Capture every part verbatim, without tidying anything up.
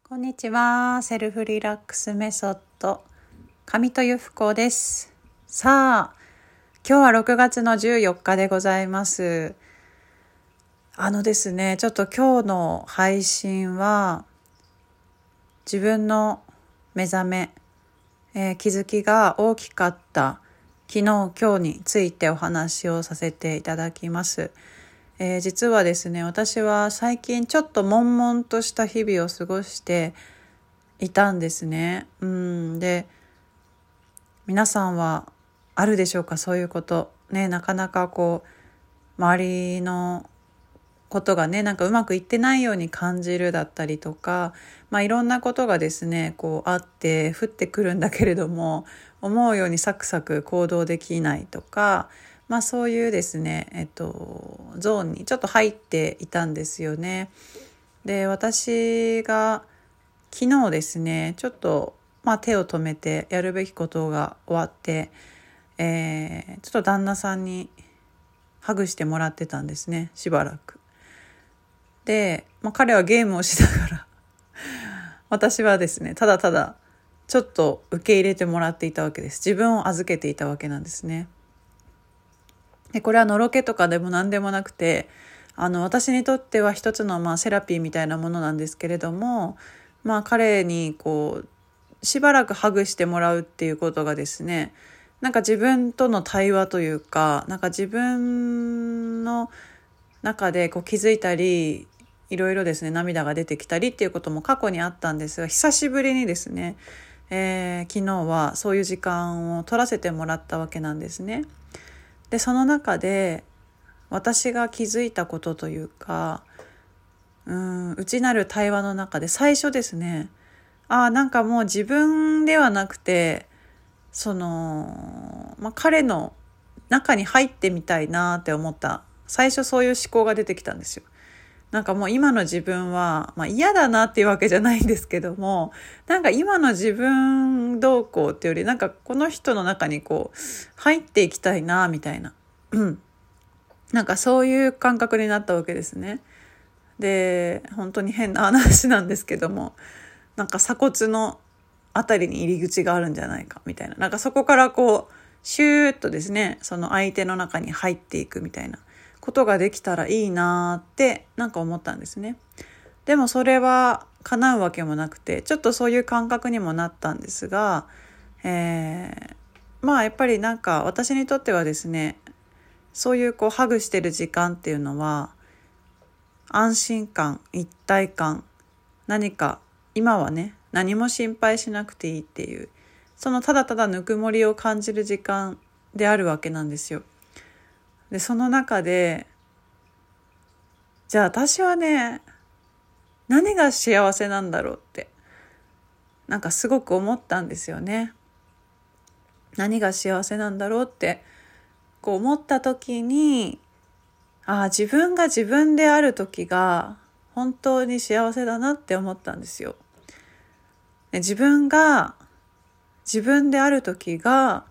こんにちは。セルフリラックスメソッド上戸由布子です。さあ、今日はろくがつのじゅうよっかでございます。あのですね、ちょっと今日の配信は自分の目覚め、えー気づきが大きかった昨日今日についてお話をさせていただきます。えー実はですね、私は最近ちょっと悶々とした日々を過ごしていたんですね。うんで、皆さんはあるでしょうか、そういうことね。なかなかこう周りのことがね、なんかうまくいってないように感じるだったりとか、まあいろんなことがですね、こうあって降ってくるんだけれども、思うようにサクサク行動できないとか、まあそういうですね、えっとゾーンにちょっと入っていたんですよね。で、私が昨日ですね、ちょっとまあ手を止めてやるべきことが終わって、えーちょっと旦那さんにハグしてもらってたんですね、しばらく。で、まあ、彼はゲームをしながら私はですね、ただただちょっと受け入れてもらっていたわけです。自分を預けていたわけなんですね。で、これはのろけとかでも何でもなくて、あの私にとっては一つのまあセラピーみたいなものなんですけれども、まあ彼にこうしばらくハグしてもらうっていうことがですね、なんか自分との対話というか、なんか自分の中でこう気づいたり、いろいろですね、涙が出てきたりっていうことも過去にあったんですが、久しぶりにですね、えー昨日はそういう時間を取らせてもらったわけなんですね。で、その中で私が気づいたことというか、うーん内なる対話の中で最初ですね、ああ、なんかもう自分ではなくて、その、まあ、彼の中に入ってみたいなって思った。最初そういう思考が出てきたんですよ。なんかもう今の自分は、まあ、嫌だなっていうわけじゃないんですけども、なんか今の自分どうこうっていうより、なんかこの人の中にこう入っていきたいなみたいな、うん、なんかそういう感覚になったわけですね。で、本当に変な話なんですけども、なんか鎖骨のあたりに入り口があるんじゃないかみたいな、なんかそこからこうシューッとですね、その相手の中に入っていくみたいなことができたらいいなってなんか思ったんですね。でもそれは叶うわけもなくて、ちょっとそういう感覚にもなったんですが、えーまあやっぱりなんか私にとってはですね、そういうこうハグしてる時間っていうのは安心感、一体感、何か今はね、何も心配しなくていいっていう、そのただただぬくもりを感じる時間であるわけなんですよ。で、その中で、じゃあ私はね、何が幸せなんだろうって、なんかすごく思ったんですよね。何が幸せなんだろうって、こう思った時に、ああ、自分が自分である時が本当に幸せだなって思ったんですよ。で、自分が自分である時が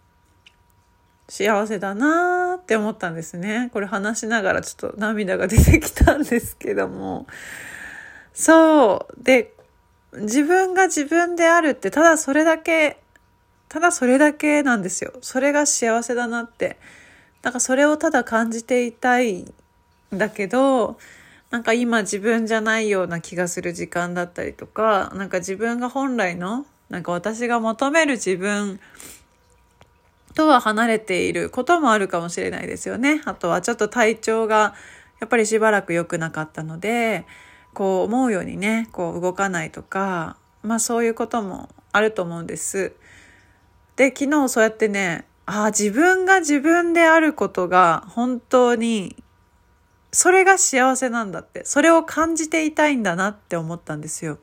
幸せだなって思ったんですね。これ話しながらちょっと涙が出てきたんですけども。そう。で、自分が自分であるってただそれだけ、ただそれだけなんですよ。それが幸せだなって。なんかそれをただ感じていたいんだけど、なんか今自分じゃないような気がする時間だったりとか、なんか自分が本来の、なんか私が求める自分とは離れていることもあるかもしれないですよね。あとはちょっと体調がやっぱりしばらく良くなかったので、こう思うようにね、こう動かないとか、まあそういうこともあると思うんです。で、昨日そうやってね、ああ、自分が自分であることが本当に、それが幸せなんだって、それを感じていたいんだなって思ったんですよ。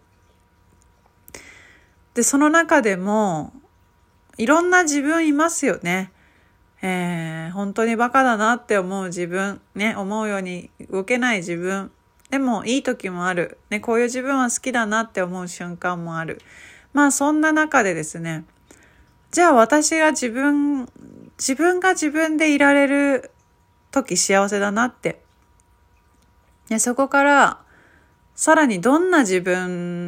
で、その中でも、いろんな自分いますよね。えー、本当にバカだなって思う自分、ね、思うように動けない自分。でもいい時もある。ね、こういう自分は好きだなって思う瞬間もある。まあそんな中でですね、じゃあ私が自分、自分が自分でいられる時幸せだなって。で、そこからさらにどんな自分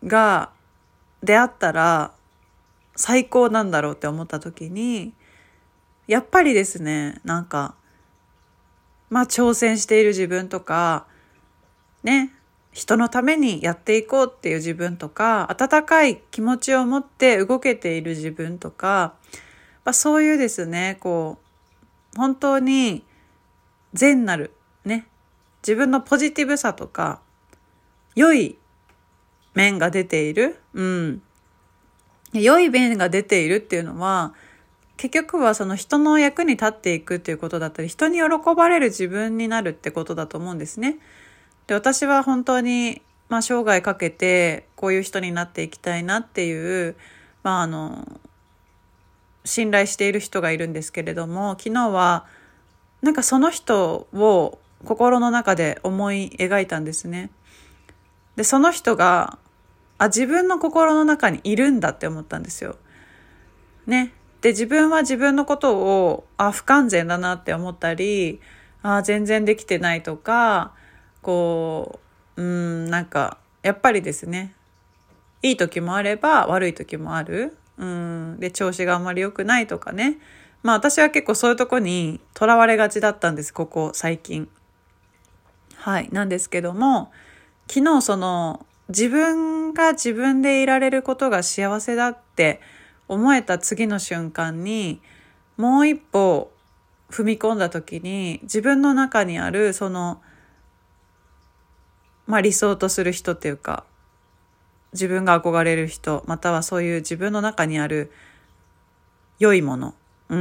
が出会ったら最高なんだろうって思った時に、やっぱりですね、なんかまあ挑戦している自分とかね、人のためにやっていこうっていう自分とか、温かい気持ちを持って動けている自分とか、まあ、そういうですね、こう本当に善なるね、自分のポジティブさとか良い面が出ている、うん、良い面が出ているっていうのは結局はその人の役に立っていくっていうことだったり、人に喜ばれる自分になるってことだと思うんですね。で、私は本当に、まあ、生涯かけてこういう人になっていきたいなっていう、まあ、あの信頼している人がいるんですけれども、昨日はなんかその人を心の中で思い描いたんですね。で、その人があ自分の心の中にいるんだって思ったんですよ。ね。で、自分は自分のことをあ不完全だなって思ったり、あ全然できてないとか、こう、うーん、なんか、やっぱりですね、いい時もあれば悪い時もある。うん、で、調子があんまり良くないとかね。まあ私は結構そういうとこにとらわれがちだったんです、ここ最近。はい、なんですけども、昨日その、自分が自分でいられることが幸せだって思えた次の瞬間に、もう一歩踏み込んだ時に、自分の中にあるその、まあ理想とする人っていうか、自分が憧れる人、またはそういう自分の中にある良いもの、うん。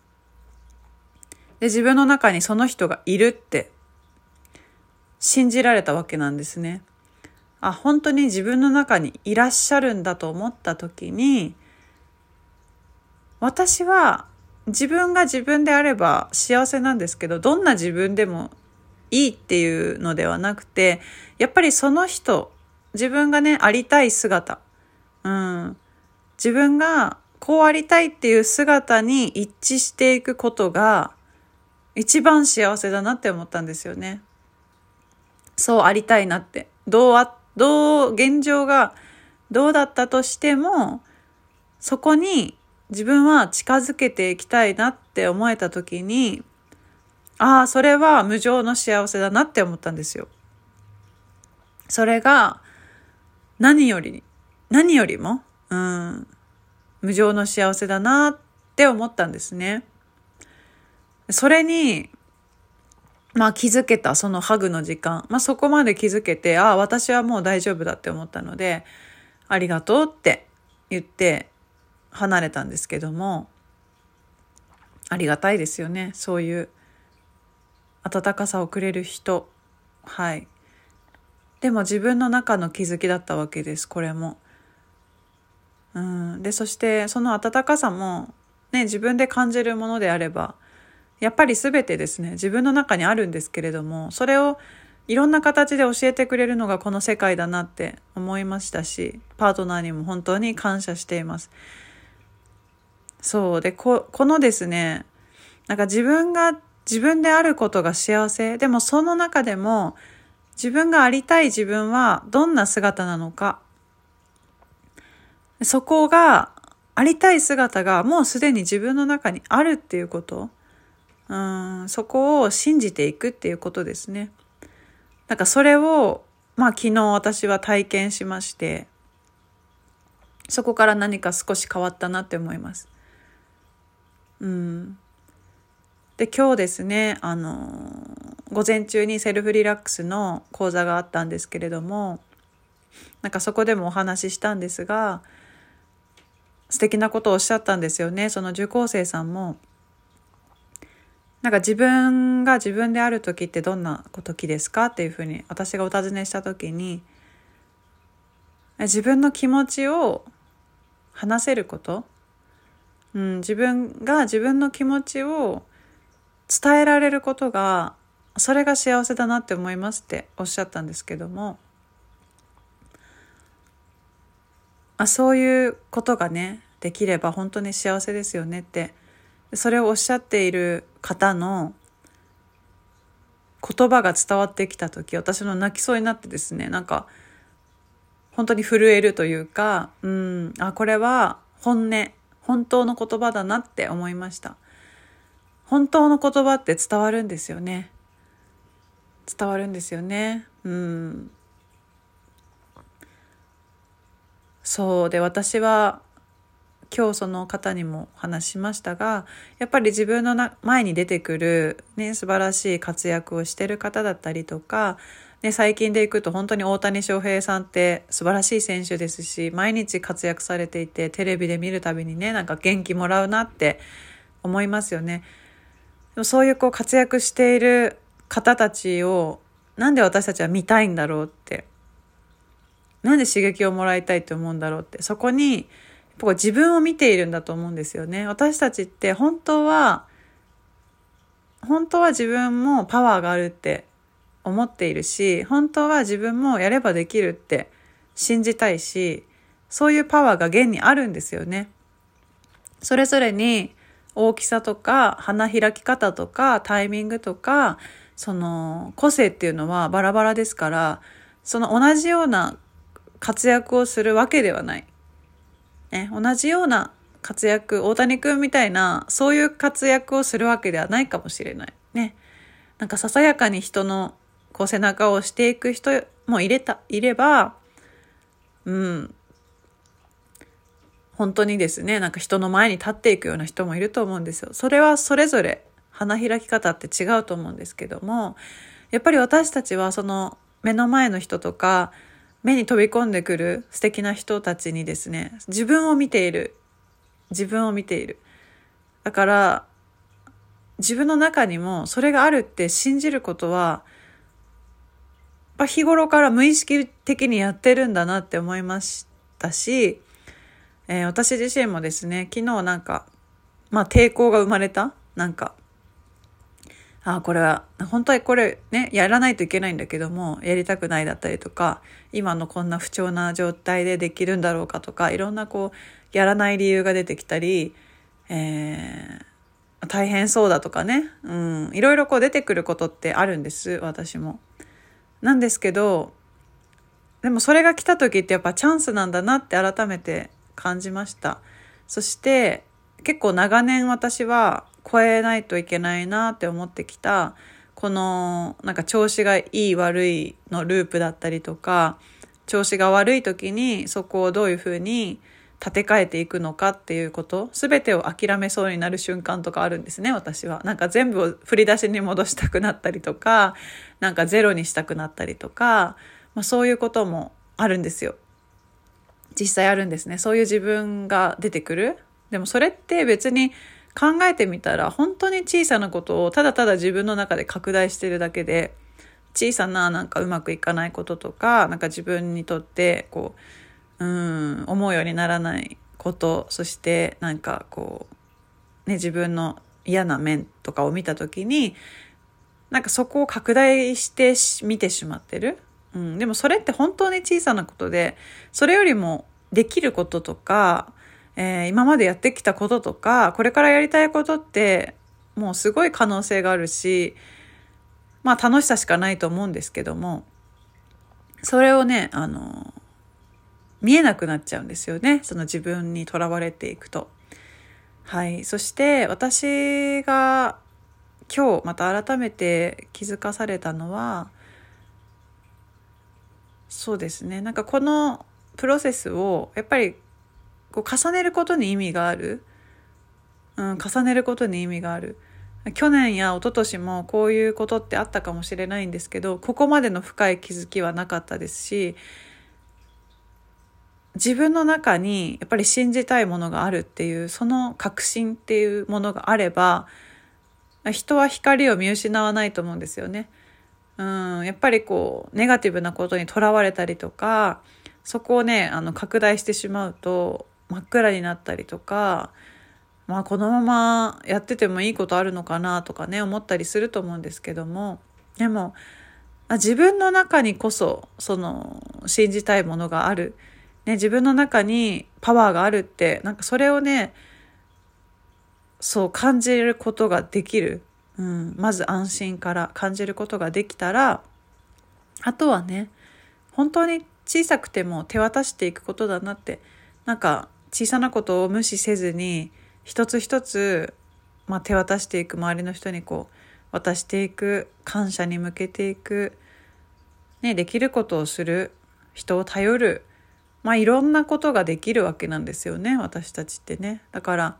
で、自分の中にその人がいるって信じられたわけなんですね。あ、本当に自分の中にいらっしゃるんだと思った時に、私は自分が自分であれば幸せなんですけど、どんな自分でもいいっていうのではなくて、やっぱりその人、自分がね、ありたい姿、うん、自分がこうありたいっていう姿に一致していくことが一番幸せだなって思ったんですよね。そうありたいなって。どうあ、どう、現状がどうだったとしても、そこに自分は近づけていきたいなって思えた時に、ああ、それは無常の幸せだなって思ったんですよ。それが何より、何よりも、うん、無常の幸せだなって思ったんですね。それに、まあ気づけた、そのハグの時間。まあそこまで気づけて、ああ、私はもう大丈夫だって思ったので、ありがとうって言って離れたんですけども、ありがたいですよね。そういう温かさをくれる人。はい。でも自分の中の気づきだったわけです、これも。うん。で、そしてその温かさも、ね、自分で感じるものであれば、やっぱり全てですね、自分の中にあるんですけれども、それをいろんな形で教えてくれるのがこの世界だなって思いましたし、パートナーにも本当に感謝しています。そうで、こ、このですね、なんか自分が自分であることが幸せ。でもその中でも自分がありたい自分はどんな姿なのか。そこが、ありたい姿がもうすでに自分の中にあるっていうこと。うん、そこを信じていくっていうことですね。なんかそれを、まあ昨日私は体験しまして、そこから何か少し変わったなって思います。うん。で、今日ですね、あの、午前中にセルフリラックスの講座があったんですけれども、なんかそこでもお話ししたんですが、素敵なことをおっしゃったんですよね。その受講生さんも、なんか自分が自分である時ってどんな時ですかっていうふうに私がお尋ねした時に、自分の気持ちを話せること、うん、自分が自分の気持ちを伝えられることが、それが幸せだなって思いますっておっしゃったんですけども、あ、そういうことがね、できれば本当に幸せですよねって、それをおっしゃっている方の言葉が伝わってきた時、私の泣きそうになってですね、なんか本本当に震えるというか、うん、あ、これは本音、本当の言葉だなって思いました。本当の言葉って伝わるんですよね。伝わるんですよね。うん。そうで、私は今日その方にも話しましたが、やっぱり自分のな前に出てくる、ね、素晴らしい活躍をしている方だったりとか、ね、最近でいくと本当に大谷翔平さんって素晴らしい選手ですし、毎日活躍されていて、テレビで見るたびにね、なんか元気もらうなって思いますよね。でもそういうこう活躍している方たちをなんで私たちは見たいんだろうって、なんで刺激をもらいたいと思うんだろうって、そこに自分を見ているんだと思うんですよね。私たちって本当は本当は自分もパワーがあるって思っているし、本当は自分もやればできるって信じたいし、そういうパワーが現にあるんですよね。それぞれに大きさとか花開き方とかタイミングとか、その個性っていうのはバラバラですから、その同じような活躍をするわけではない。ね、同じような活躍、大谷君みたいなそういう活躍をするわけではないかもしれないね。なんかささやかに人のこう背中を押していく人もいれたいれば、うん本当にですね、なんか人の前に立っていくような人もいると思うんですよ。それはそれぞれ花開き方って違うと思うんですけども、やっぱり私たちはその目の前の人とか目に飛び込んでくる素敵な人たちにですね、自分を見ている自分を見ているだから自分の中にもそれがあるって信じることは、やっぱ日頃から無意識的にやってるんだなって思いましたし、えー、私自身もですね、昨日なんかまあ抵抗が生まれた、なんかあこれは本当はこれねやらないといけないんだけどもやりたくないだったりとか、今のこんな不調な状態でできるんだろうかとか、いろんなこうやらない理由が出てきたり、えー、大変そうだとかね、うん、いろいろこう出てくることってあるんです、私も。なんですけど、でもそれが来た時ってやっぱチャンスなんだなって改めて感じました。そして結構長年私は超えないといけないなって思ってきた、このなんか調子がいい悪いのループだったりとか、調子が悪い時にそこをどういうふうに立て替えていくのかっていうこと、全てを諦めそうになる瞬間とかあるんですね、私は。なんか全部を振り出しに戻したくなったりとか、なんかゼロにしたくなったりとか、まあ、そういうこともあるんですよ。実際あるんですね。そういう自分が出てくる。でもそれって別に考えてみたら本当に小さなことをただただ自分の中で拡大してるだけで、小さななんかうまくいかないこととか、なんか自分にとってこう、うーん、思うようにならないこと、そしてなんかこう、ね、自分の嫌な面とかを見たときに、なんかそこを拡大して見てしまってる。うん、でもそれって本当に小さなことで、それよりもできることとか、えー、今までやってきたこととか、これからやりたいことってもうすごい可能性があるし、まあ楽しさしかないと思うんですけども、それをね、あの見えなくなっちゃうんですよね、その自分にとらわれていくと。はい。そして私が今日また改めて気づかされたのは、そうですね、なんかこのプロセスをやっぱりこう重ねることに意味がある、うん、重ねることに意味がある。去年や一昨年もこういうことってあったかもしれないんですけど、ここまでの深い気づきはなかったですし、自分の中にやっぱり信じたいものがあるっていう、その確信っていうものがあれば、人は光を見失わないと思うんですよね。うん、やっぱりこうネガティブなことにとらわれたりとか、そこをねあの拡大してしまうと真っ暗になったりとか、まあこのままやっててもいいことあるのかなとかね思ったりすると思うんですけども、でも自分の中にこそその信じたいものがある、ね、自分の中にパワーがあるって、なんかそれをねそう感じることができる、うん、まず安心から感じることができたら、あとはね本当に小さくても手渡していくことだなって、なんか小さなことを無視せずに一つ一つ、まあ、手渡していく、周りの人にこう渡していく、感謝に向けていく、ね、できることをする、人を頼る、まあいろんなことができるわけなんですよね、私たちってね。だから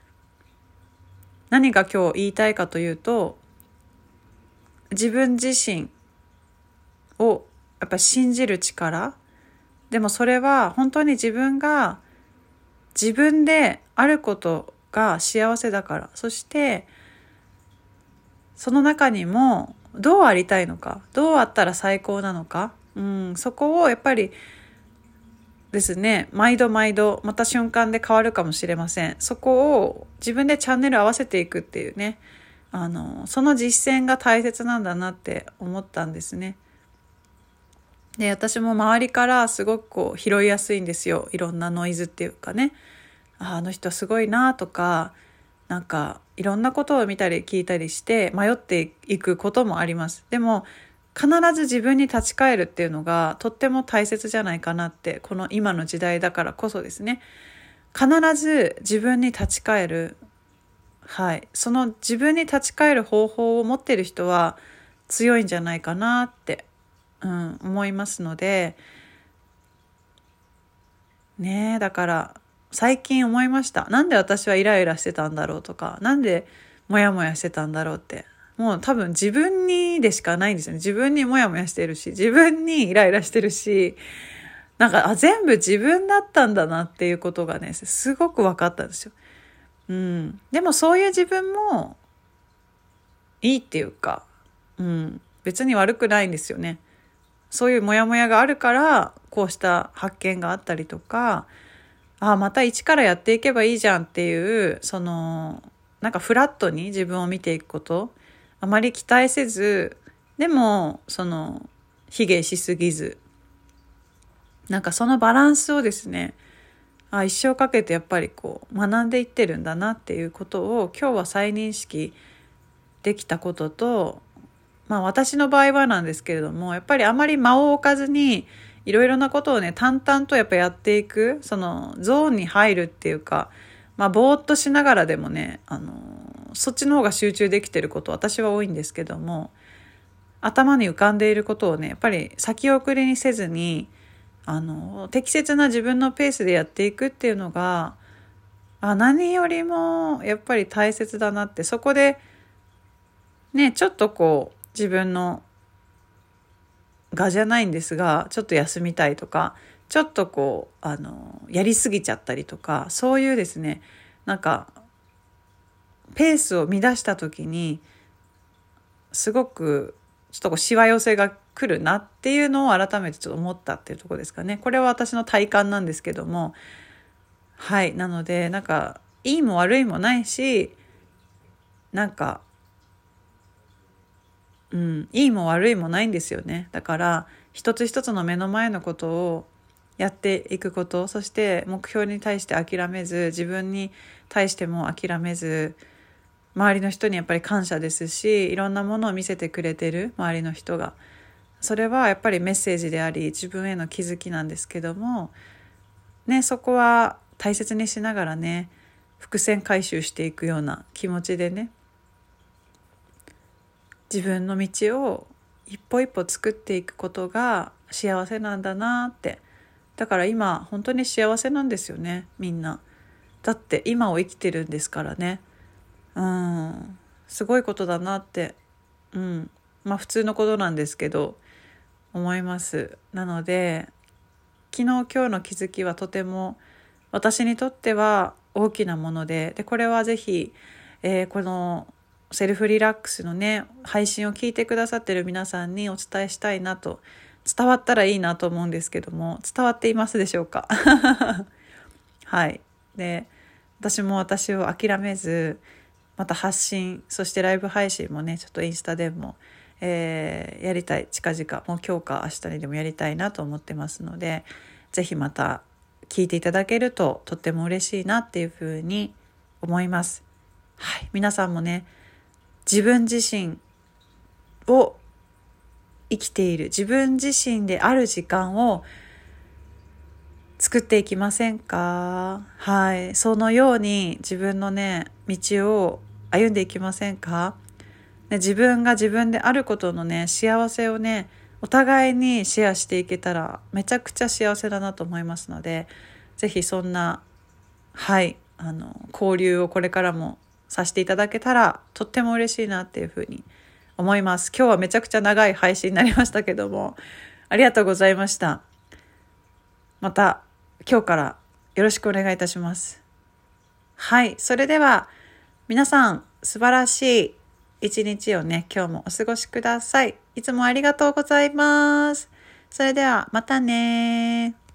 何が今日言いたいかというと、自分自身をやっぱ信じる力、でもそれは本当に自分が自分であることが幸せだから、そしてその中にもどうありたいのか、どうあったら最高なのか、うん、そこをやっぱりですね、毎度毎度また瞬間で変わるかもしれません。そこを自分でチャンネル合わせていくっていうね、あのその実践が大切なんだなって思ったんですね。で、私も周りからすごくこう拾いやすいんですよ。いろんなノイズっていうかね、あ、あの人すごいなとか、なんかいろんなことを見たり聞いたりして迷っていくこともあります。でも必ず自分に立ち返るっていうのがとっても大切じゃないかなって、この今の時代だからこそですね、必ず自分に立ち返る、はい、その自分に立ち返る方法を持っている人は強いんじゃないかなって、うん、思いますのでね。えだから最近思いました。なんで私はイライラしてたんだろうとか、なんでモヤモヤしてたんだろうって、もう多分自分にでしかないんですよね。自分にモヤモヤしてるし、自分にイライラしてるし、なんかあ全部自分だったんだなっていうことがね、すごく分かったんですよ。うん、でもそういう自分もいいっていうか、うん、別に悪くないんですよね。そういうモヤモヤがあるからこうした発見があったりとか、あまた一からやっていけばいいじゃんっていう、そのなんかフラットに自分を見ていくこと、あまり期待せず、でもその卑下しすぎず、なんかそのバランスをですね、あ一生かけてやっぱりこう学んでいってるんだなっていうことを今日は再認識できたことと、まあ私の場合はなんですけれども、やっぱりあまり間を置かずにいろいろなことをね淡々とやっぱやっていく、そのゾーンに入るっていうか、まあぼーっとしながらでもね、あのそっちの方が集中できてること私は多いんですけども、頭に浮かんでいることをねやっぱり先送りにせずに、あの適切な自分のペースでやっていくっていうのが、あ何よりもやっぱり大切だなって。そこでねちょっとこう自分のがじゃないんですが、ちょっと休みたいとか、ちょっとこうあのやりすぎちゃったりとか、そういうですね、なんかペースを乱した時にすごくちょっとこうしわ寄せが来るなっていうのを改めてちょっと思ったっていうところですかね。これは私の体感なんですけども、はい、なのでなんかいいも悪いもないし、なんかうん、いいも悪いもないんですよね。だから一つ一つの目の前のことをやっていくこと、そして目標に対して諦めず、自分に対しても諦めず、周りの人にやっぱり感謝ですし、いろんなものを見せてくれてる周りの人が、それはやっぱりメッセージであり自分への気づきなんですけどもね、そこは大切にしながらね、伏線回収していくような気持ちでね、自分の道を一歩一歩作っていくことが幸せなんだなって。だから今本当に幸せなんですよね、みんな。だって今を生きてるんですからね。うんすごいことだなって、うんまあ普通のことなんですけど思います。なので昨日今日の気づきはとても私にとっては大きなもので、でこれはぜひ、えー、このセルフリラックスのね配信を聞いてくださってる皆さんにお伝えしたいなと、伝わったらいいなと思うんですけども、伝わっていますでしょうかはいで私も私を諦めず、また発信、そしてライブ配信もねちょっとインスタでも、えー、やりたい、近々もう今日か明日にでもやりたいなと思ってますので、ぜひまた聞いていただけるととっても嬉しいなっていうふうに思います。はい、皆さんもね自分自身を生きている、自分自身である時間を作っていきませんか？はい。そのように自分のね、道を歩んでいきませんか？ね、自分が自分であることのね、幸せをね、お互いにシェアしていけたらめちゃくちゃ幸せだなと思いますので、ぜひそんな、はい、あの、交流をこれからもさせていただけたらとっても嬉しいなっていうふうに思います。今日はめちゃくちゃ長い配信になりましたけども、ありがとうございました。また今日からよろしくお願いいたします。はい、それでは皆さん素晴らしい一日をね、今日もお過ごしください。いつもありがとうございます。それではまたね。